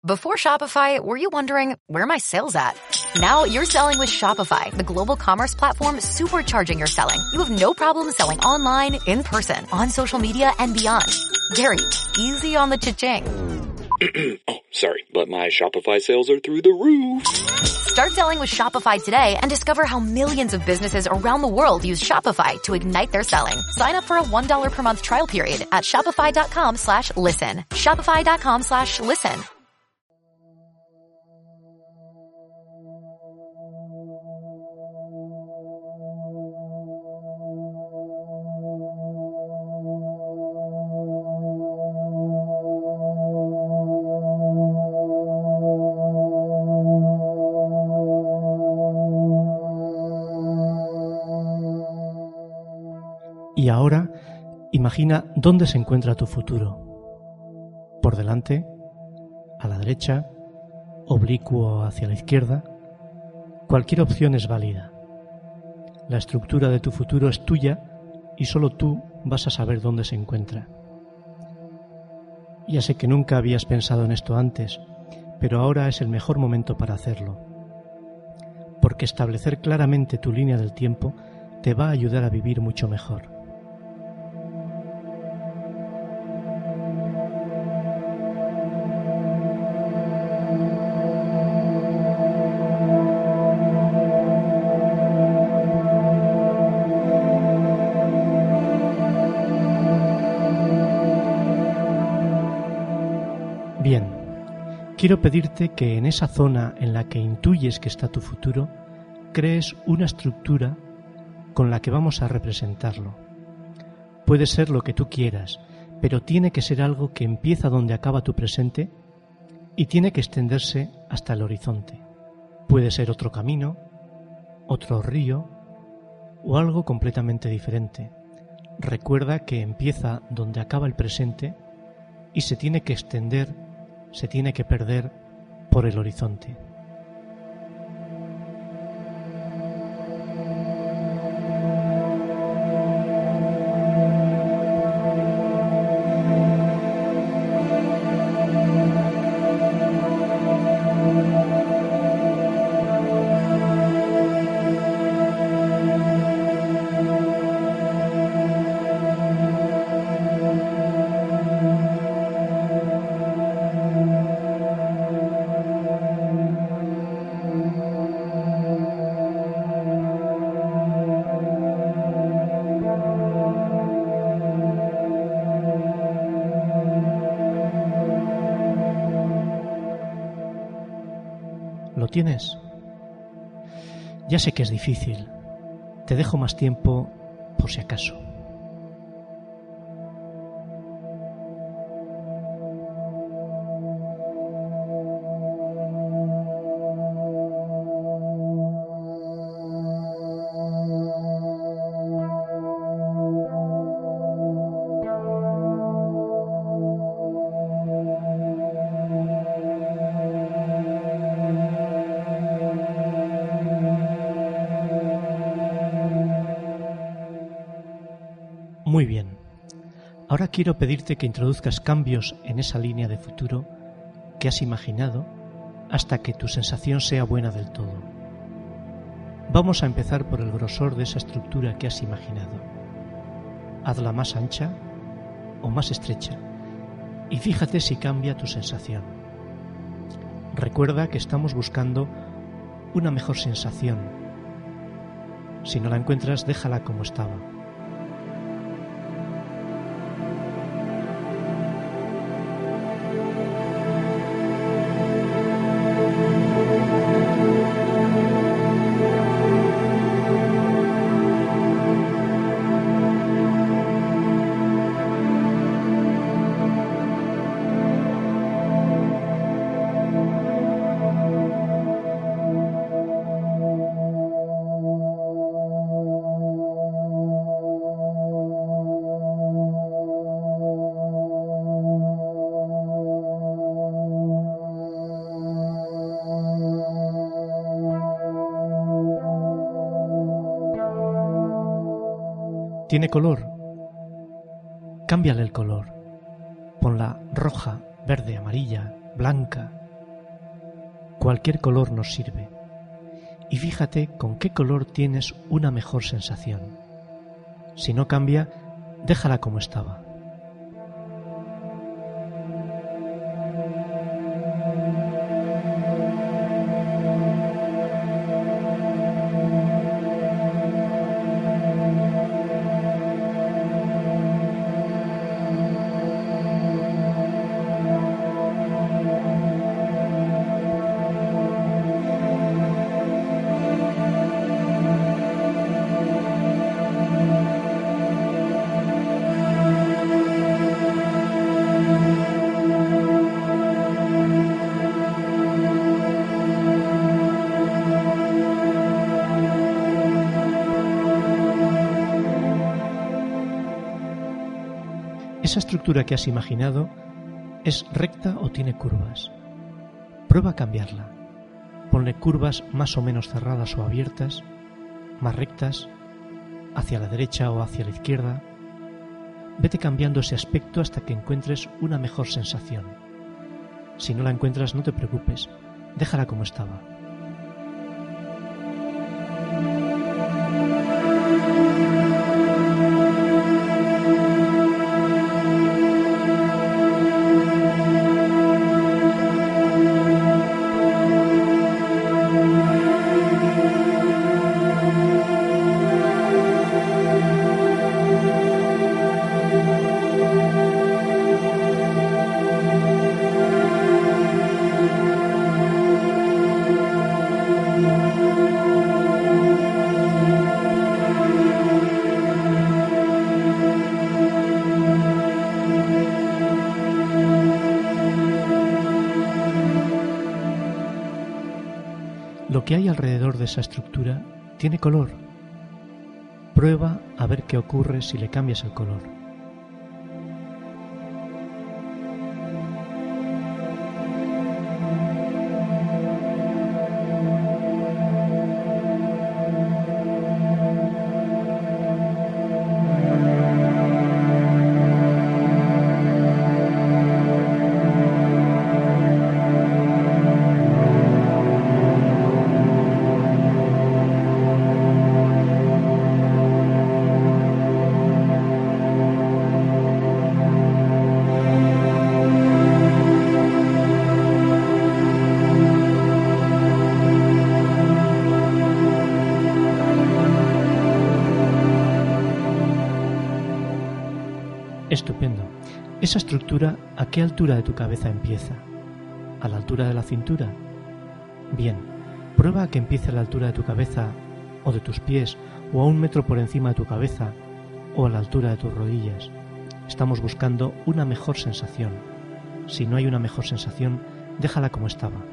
Before Shopify, were you wondering, where are my sales at? Now you're selling with Shopify, the global commerce platform supercharging your selling. You have no problem selling online, in person, on social media, and beyond. Gary, easy on the cha-ching. Oh, sorry, but my Shopify sales are through the roof. Start selling with Shopify today and discover how millions of businesses around the world use Shopify to ignite their selling. Sign up for a $1 per month trial period at shopify.com/listen. Shopify.com/listen. Y ahora, imagina dónde se encuentra tu futuro. Por delante, a la derecha, oblicuo hacia la izquierda. Cualquier opción es válida. La estructura de tu futuro es tuya y solo tú vas a saber dónde se encuentra. Ya sé que nunca habías pensado en esto antes, pero ahora es el mejor momento para hacerlo. Porque establecer claramente tu línea del tiempo te va a ayudar a vivir mucho mejor. Bien, quiero pedirte que en esa zona en la que intuyes que está tu futuro, crees una estructura con la que vamos a representarlo. Puede ser lo que tú quieras, pero tiene que ser algo que empieza donde acaba tu presente y tiene que extenderse hasta el horizonte. Puede ser otro camino, otro río o algo completamente diferente. Recuerda que empieza donde acaba el presente y se tiene que extender, se tiene que perder por el horizonte. ¿Lo tienes? Ya sé que es difícil. Te dejo más tiempo por si acaso. Muy bien. Ahora quiero pedirte que introduzcas cambios en esa línea de futuro que has imaginado hasta que tu sensación sea buena del todo. Vamos a empezar por el grosor de esa estructura que has imaginado. Hazla más ancha o más estrecha y fíjate si cambia tu sensación. Recuerda que estamos buscando una mejor sensación. Si no la encuentras, déjala como estaba. ¿Tiene color? Cámbiale el color. Ponla roja, verde, amarilla, blanca, cualquier color nos sirve. Y fíjate con qué color tienes una mejor sensación. Si no cambia, déjala como estaba. ¿Esa estructura que has imaginado es recta o tiene curvas? Prueba a cambiarla. Ponle curvas más o menos cerradas o abiertas, más rectas, hacia la derecha o hacia la izquierda. Vete cambiando ese aspecto hasta que encuentres una mejor sensación. Si no la encuentras, no te preocupes, déjala como estaba. Lo que hay alrededor de esa estructura tiene color. Prueba a ver qué ocurre si le cambias el color. Estupendo. ¿Esa estructura a qué altura de tu cabeza empieza? ¿A la altura de la cintura? Bien, prueba a que empiece a la altura de tu cabeza o de tus pies o a 1 metro por encima de tu cabeza o a la altura de tus rodillas. Estamos buscando una mejor sensación. Si no hay una mejor sensación, déjala como estaba.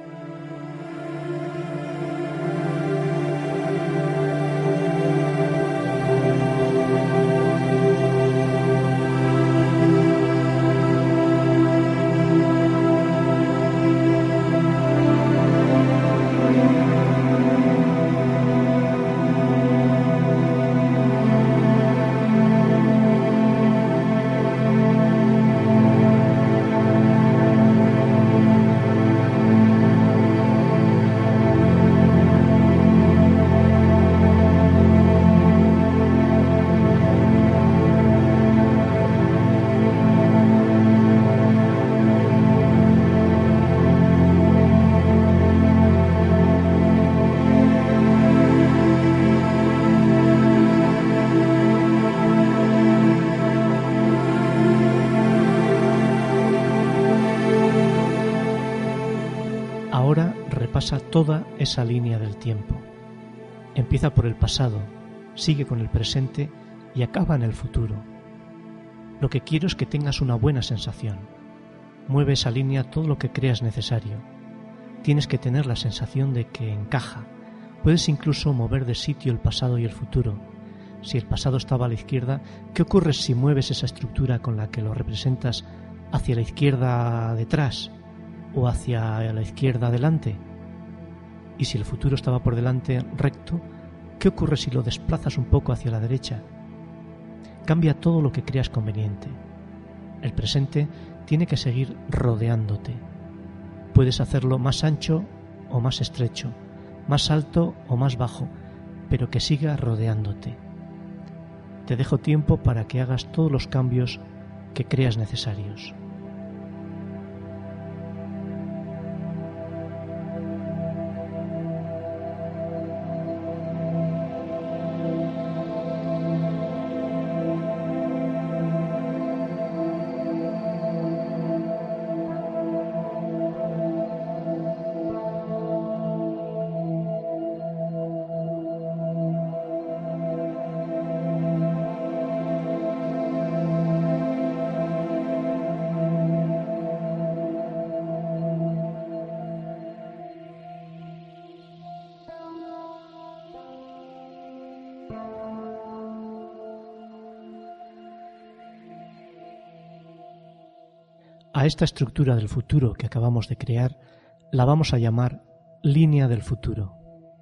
Ahora repasa toda esa línea del tiempo. Empieza por el pasado, sigue con el presente y acaba en el futuro. Lo que quiero es que tengas una buena sensación. Mueve esa línea todo lo que creas necesario. Tienes que tener la sensación de que encaja. Puedes incluso mover de sitio el pasado y el futuro. Si el pasado estaba a la izquierda, ¿qué ocurre si mueves esa estructura con la que lo representas hacia la izquierda detrás o hacia la izquierda adelante? Y si el futuro estaba por delante recto, ¿qué ocurre si lo desplazas un poco hacia la derecha? Cambia todo lo que creas conveniente. El presente tiene que seguir rodeándote. Puedes hacerlo más ancho o más estrecho, más alto o más bajo, pero que siga rodeándote. Te dejo tiempo para que hagas todos los cambios que creas necesarios. A esta estructura del futuro que acabamos de crear la vamos a llamar línea del futuro.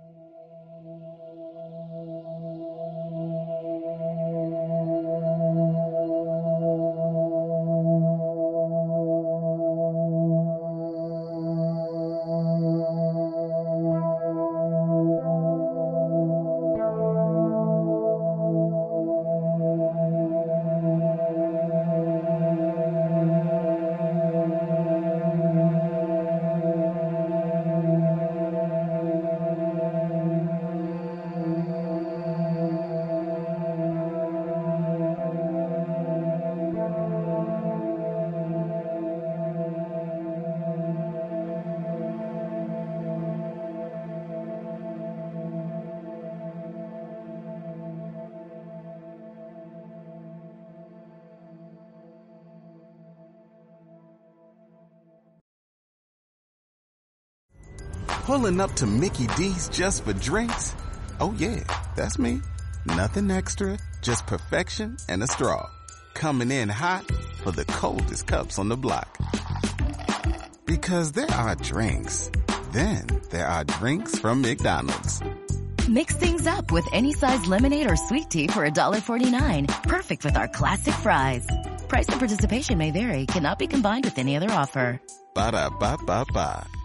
Pulling up to Mickey D's just for drinks? Oh yeah, that's me. Nothing extra, just perfection and a straw. Coming in hot for the coldest cups on the block. Because there are drinks. Then there are drinks from McDonald's. Mix things up with any size lemonade or sweet tea for $1.49. Perfect with our classic fries. Price and participation may vary. Cannot be combined with any other offer. Ba-da-ba-ba-ba.